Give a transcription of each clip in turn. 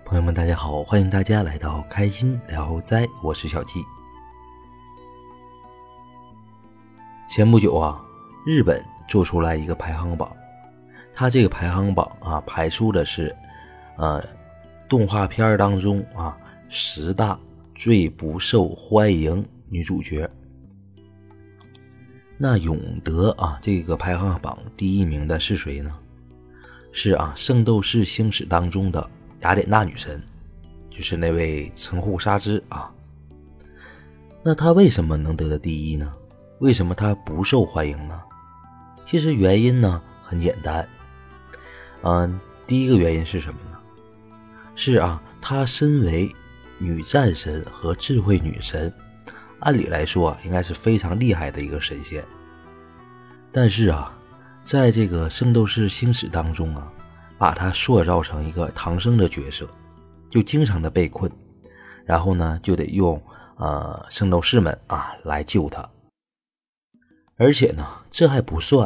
朋友们大家好，欢迎大家来到开心聊斋，我是小纪。前不久日本做出来一个排行榜，它这个排行榜排出的是动画片当中10大最不受欢迎女主角。那勇得这个排行榜第一名的是谁呢？是圣斗士星矢当中的雅典娜女神，就是那位城户纱织那她为什么能得到第一呢？为什么她不受欢迎呢？其实原因呢很简单，第一个原因是什么呢？是她身为女战神和智慧女神，按理来说应该是非常厉害的一个神仙，但是在这个圣斗士星矢当中把她塑造成一个唐僧的角色，就经常的被困，然后呢就得用圣斗士们来救她。而且呢这还不算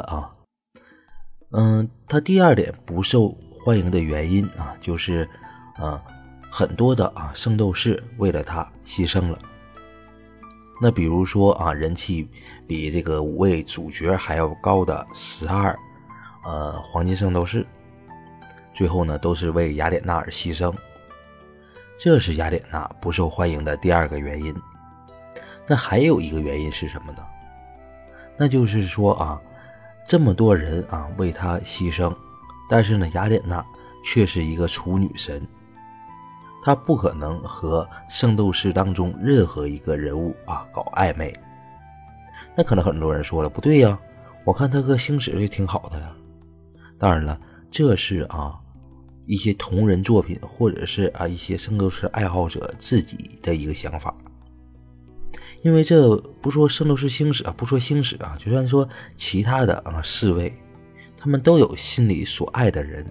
她第二点不受欢迎的原因就是很多的圣斗士为了她牺牲了。那比如说人气比这个5位主角还要高的12黄金圣斗士，最后呢都是为雅典娜而牺牲，这是雅典娜不受欢迎的第二个原因。那还有一个原因是什么呢？那就是说这么多人为她牺牲，但是呢雅典娜却是一个处女神，她不可能和圣斗士当中任何一个人物搞暧昧。那可能很多人说了，不对呀，我看她和星矢就挺好的呀。当然了，这是一些同人作品或者是一些圣斗士爱好者自己的一个想法。因为这不说圣斗士星矢不说星矢就算说其他的侍卫，他们都有心里所爱的人。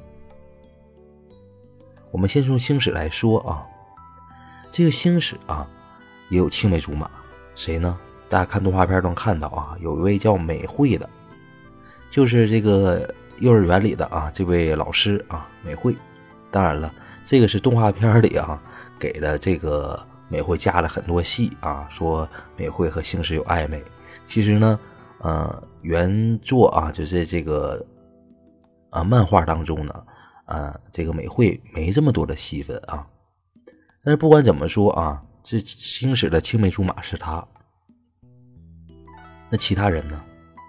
我们先从星矢来说这个星矢也有青梅竹马，谁呢？大家看动画片都能看到有一位叫美惠的，就是这个幼儿园里的这位老师美惠。当然了，这个是动画片里给了这个美惠加了很多戏说美惠和星矢有暧昧。其实呢原作就是这个漫画当中呢这个美惠没这么多的戏份但是不管怎么说这星矢的青梅竹马是他。那其他人呢？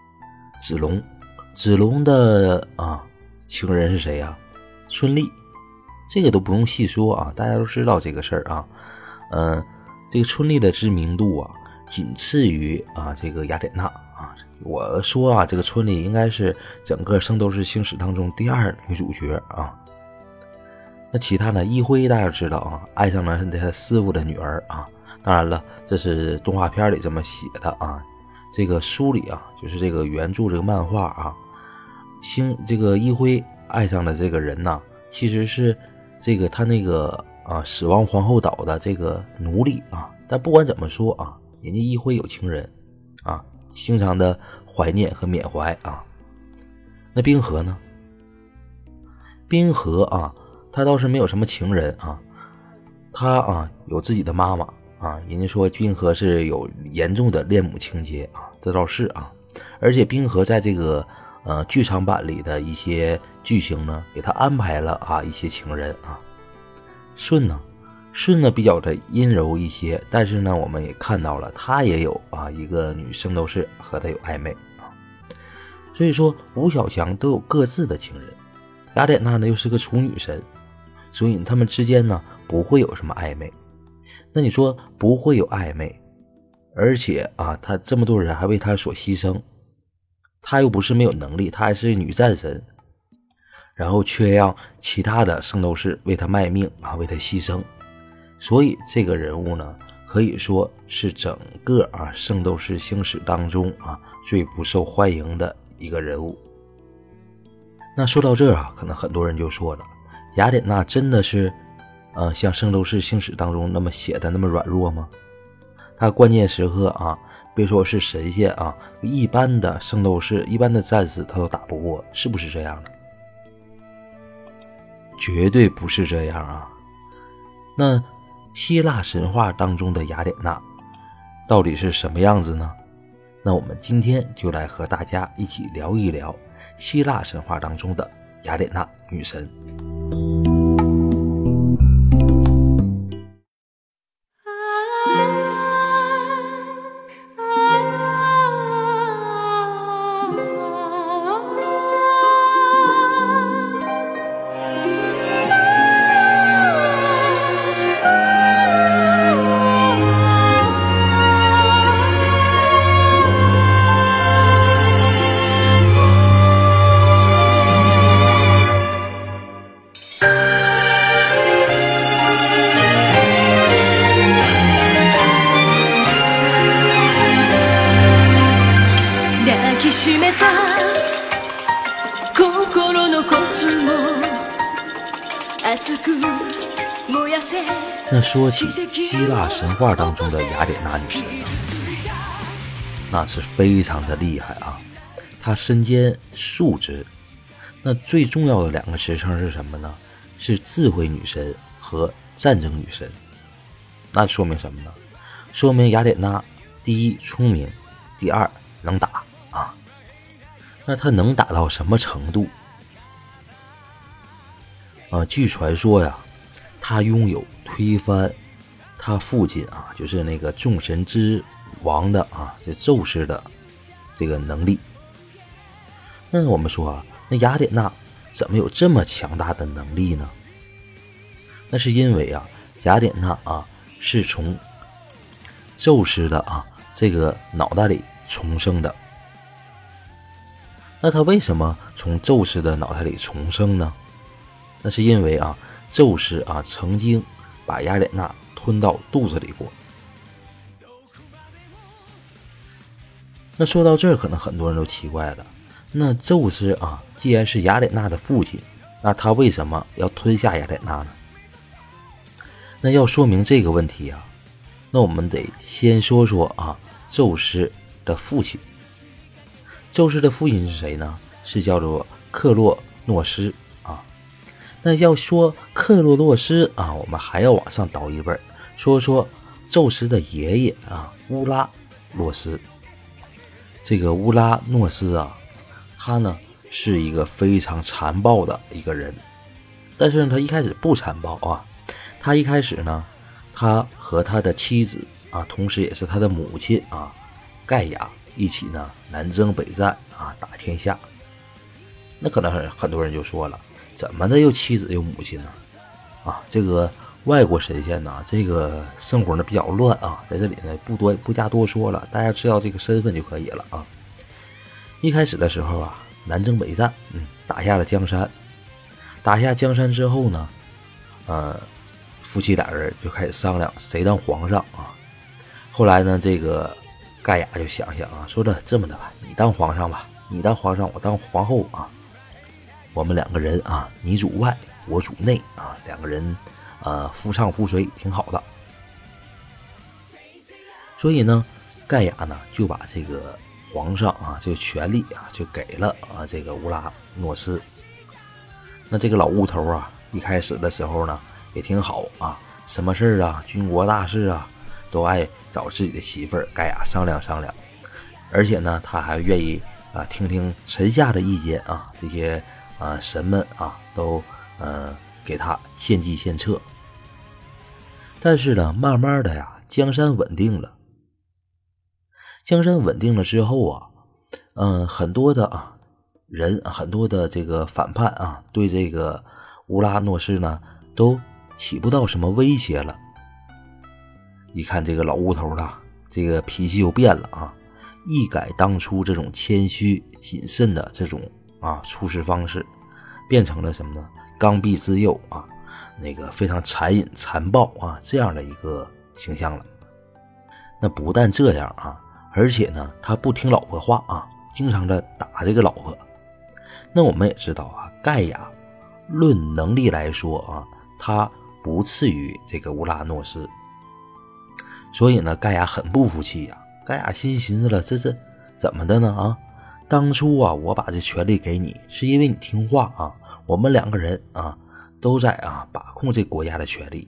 子龙的情人是谁呀？春丽。这个都不用细说大家都知道这个事儿这个春丽的知名度仅次于这个雅典娜我说这个春丽应该是整个圣斗士星矢当中第二女主角那其他呢？一辉大家知道爱上了他师傅的女儿当然了，这是动画片里这么写的这个书里就是这个原著这个漫画这个一辉爱上的这个人其实是这个他那个死亡皇后岛的这个奴隶但不管怎么说人家一辉有情人经常的怀念和缅怀那冰河呢？冰河他倒是没有什么情人他有自己的妈妈人家说冰河是有严重的恋母情节这倒是而且冰河在这个剧场版里的一些剧情呢给他安排了一些情人舜呢比较的阴柔一些，但是呢我们也看到了他也有一个女圣斗士和他有暧昧所以说吴小强都有各自的情人，雅典娜呢又是个处女神，所以他们之间呢不会有什么暧昧。那你说不会有暧昧，而且他这么多人还为他所牺牲，他又不是没有能力，他还是女战神，然后却让其他的圣斗士为他卖命为他牺牲。所以这个人物呢可以说是整个圣斗士星矢当中最不受欢迎的一个人物。那说到这可能很多人就说了，雅典娜真的是像圣斗士星矢当中那么写的那么软弱吗？他关键时刻别说是神仙一般的圣斗士一般的战士他都打不过，是不是这样的？绝对不是这样那希腊神话当中的雅典娜到底是什么样子呢？那我们今天就来和大家一起聊一聊希腊神话当中的雅典娜女神。那说起希腊神话当中的雅典娜女神呢，那是非常的厉害啊，她身兼数职。那最重要的两个职称是什么呢？是智慧女神和战争女神。那说明什么呢？说明雅典娜第一聪明，第二能打啊。那她能打到什么程度？据传说呀，她拥有推翻他父亲啊，就是那个众神之王的啊，这宙斯的这个能力。那我们说啊，那雅典娜怎么有这么强大的能力呢？那是因为啊，雅典娜啊是从宙斯的啊这个脑袋里重生的。那他为什么从宙斯的脑袋里重生呢？那是因为啊，宙斯啊曾经把雅典娜吞到肚子里过。那说到这儿，可能很多人都奇怪了，那宙斯啊既然是雅典娜的父亲，那他为什么要吞下雅典娜呢？那要说明这个问题啊，那我们得先说说啊宙斯的父亲。宙斯的父亲是谁呢？是叫做克洛诺斯啊。那要说克洛诺斯啊，我们还要往上倒一辈，说说宙斯的爷爷啊乌拉诺斯。这个乌拉诺斯啊，他呢是一个非常残暴的一个人，但是呢他一开始不残暴啊。他一开始呢，他和他的妻子啊，同时也是他的母亲啊盖亚一起呢南征北战啊打天下。那可能很多人就说了，怎么的又妻子又母亲呢？啊，这个外国神仙呢，这个生活呢比较乱啊，在这里呢不加多说了，大家知道这个身份就可以了啊。一开始的时候啊，南征北战，打下了江山。打下江山之后呢，夫妻俩人就开始商量谁当皇上啊。后来呢，这个盖亚就想想啊，说的这么的吧，你当皇上吧，你当皇上，我当皇后啊。我们两个人啊，你主外，我主内啊，两个人夫唱妇随，挺好的。所以呢，盖亚呢就把这个皇上啊这个权力啊就给了啊这个乌拉诺斯。那这个老乌头啊，一开始的时候呢也挺好啊，什么事啊，军国大事啊，都爱找自己的媳妇儿盖亚商量商量，而且呢，他还愿意啊听听臣下的意见啊，这些神们啊都给他献计献策。但是呢，慢慢的呀，江山稳定了。江山稳定了之后啊，很多的人，很多的这个反叛啊，对这个乌拉诺斯呢都起不到什么威胁了。一看这个老乌头了，这个脾气又变了啊，一改当初这种谦虚谨慎的这种处事方式，变成了什么呢？刚愎自用啊，那个非常残忍残暴啊这样的一个形象了。那不但这样啊，而且呢他不听老婆话啊，经常的打这个老婆。那我们也知道啊，盖亚论能力来说啊，他不次于这个乌拉诺斯。所以呢，盖亚很不服气呀。盖亚寻思了，这怎么的呢啊？当初啊，我把这权力给你，是因为你听话啊。我们两个人啊，都在把控这国家的权力。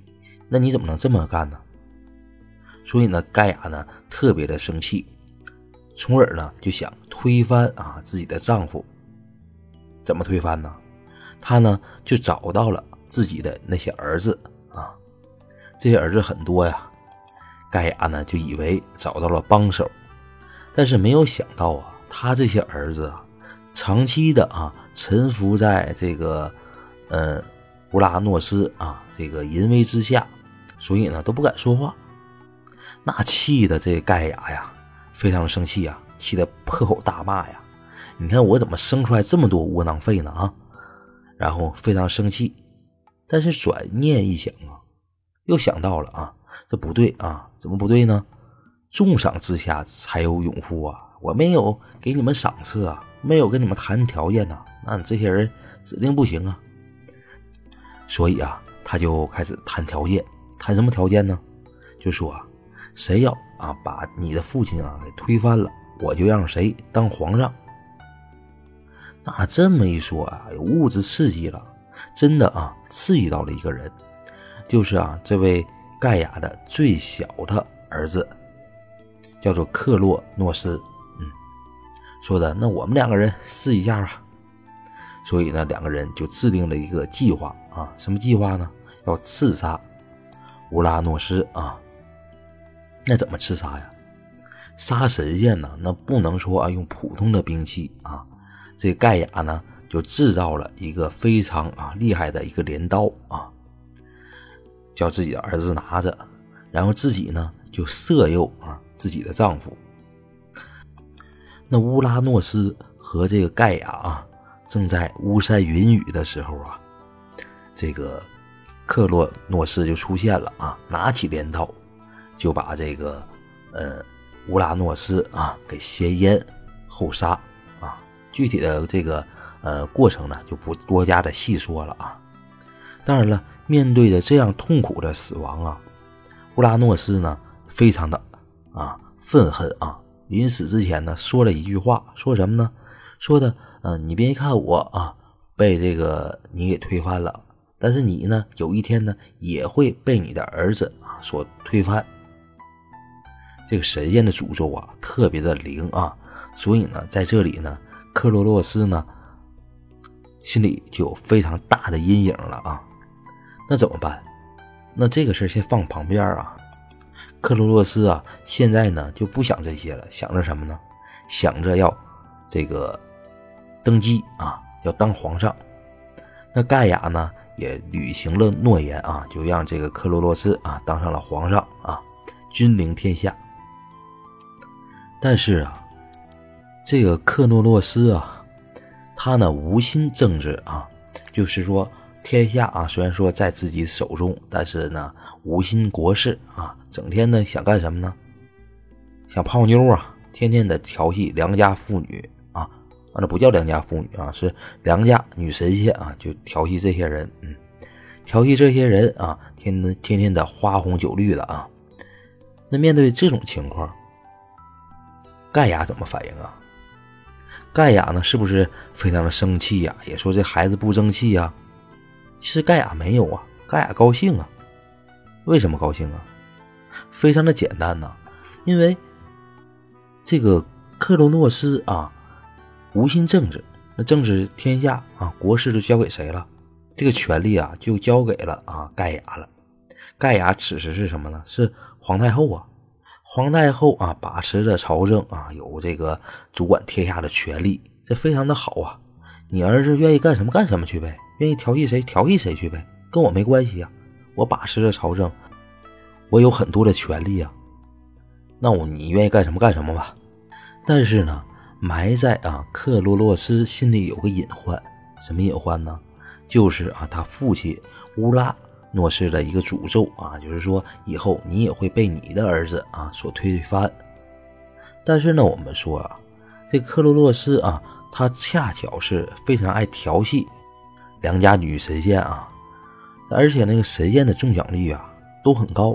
那你怎么能这么干呢？所以呢，盖亚呢特别的生气，从而呢就想推翻自己的丈夫。怎么推翻呢？他呢就找到了自己的那些儿子这些儿子很多呀。盖亚呢就以为找到了帮手，但是没有想到他这些儿子长期的臣服在这个乌拉诺斯这个淫威之下，所以呢都不敢说话。那气的这盖亚呀非常生气气得破口大骂呀，你看我怎么生出来这么多窝囊废呢然后非常生气，但是转念一想又想到了这不对怎么不对呢？重赏之下才有勇夫我没有给你们赏赐没有跟你们谈条件那你这些人指定不行所以他就开始谈条件。谈什么条件呢？就说谁要把你的父亲给推翻了，我就让谁当皇上。那这么一说有物质刺激了，真的刺激到了一个人，就是这位盖亚的最小的儿子，叫做克洛诺斯。说的那我们两个人试一下所以呢两个人就制定了一个计划什么计划呢？要刺杀乌拉诺斯那怎么刺杀呀？杀神仙呢，那不能说用普通的兵器这盖亚呢就制造了一个非常厉害的一个镰刀叫自己的儿子拿着，然后自己呢就色诱自己的丈夫。那乌拉诺斯和这个盖亚正在巫山云雨的时候这个克洛诺斯就出现了拿起镰刀就把这个乌拉诺斯给先阉后杀具体的这个过程呢就不多加的细说了当然了，面对着这样痛苦的死亡乌拉诺斯呢非常的愤恨临死之前呢说了一句话，说什么呢？说的你别看我被这个你给推翻了，但是你呢有一天呢也会被你的儿子所推翻。这个神仙的诅咒特别的灵所以呢在这里呢克洛洛斯呢心里就有非常大的阴影了那怎么办？那这个事先放旁边克洛洛斯现在呢就不想这些了，想着什么呢？想着要这个登基要当皇上。那盖亚呢也履行了诺言就让这个克洛洛斯当上了皇上君临天下。但是这个克诺洛斯他呢无心政治就是说天下虽然说在自己手中，但是呢无心国事整天呢想干什么呢？想泡妞天天的调戏良家妇女那不叫良家妇女是良家女神仙就调戏这些人调戏这些人天天的花红酒绿的那面对这种情况，盖亚怎么反应盖亚呢是不是非常的生气也说这孩子不争气其实盖亚没有盖亚高兴为什么高兴非常的简单因为这个克洛诺斯无心政治，那政治天下国事就交给谁了？这个权力就交给了盖亚了。盖亚此时是什么呢？是皇太后皇太后把持着朝政有这个主管天下的权力，这非常的好你儿子愿意干什么干什么去呗，愿意调戏谁调戏谁去呗，跟我没关系我把持着朝政，我有很多的权利那你愿意干什么干什么吧。但是呢埋在克洛洛斯心里有个隐患，什么隐患呢？就是他父亲乌拉诺斯的一个诅咒就是说以后你也会被你的儿子所推翻。但是呢我们说这克洛洛斯他恰巧是非常爱调戏良家女神仙而且那个神仙的中奖率都很高。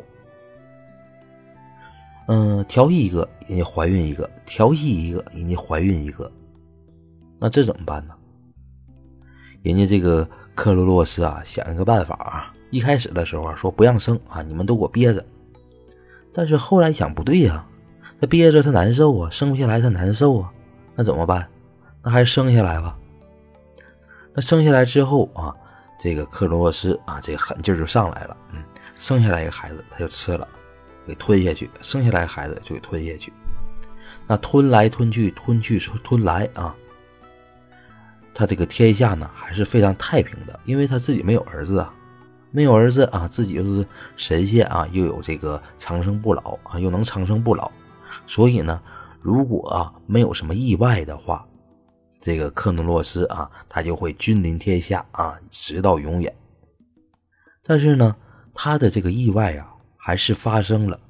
调戏一个人家怀孕一个，调戏一个人家怀孕一个，那这怎么办呢？人家这个克洛洛斯想一个办法一开始的时候说不让生啊，你们都给我憋着。但是后来想不对呀，他憋着他难受啊，生不下来他难受啊，那怎么办？那还是生下来吧。那生下来之后啊，这个克罗诺斯啊，这个狠劲就上来了，生下来一个孩子他就吃了，给吞下去，生下来孩子就给吞下去。那吞来吞去，吞去吞来啊，他这个天下呢还是非常太平的，因为他自己没有儿子啊，没有儿子啊，自己又是神仙啊，又有这个长生不老啊，又能长生不老，所以呢，如果没有什么意外的话，这个克诺洛斯啊，他就会君临天下啊，直到永远。但是呢，他的这个意外啊，还是发生了。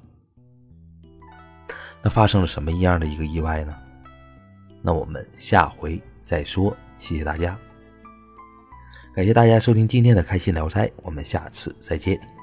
那发生了什么样的一个意外呢？那我们下回再说，谢谢大家。感谢大家收听今天的开心聊斋，我们下次再见。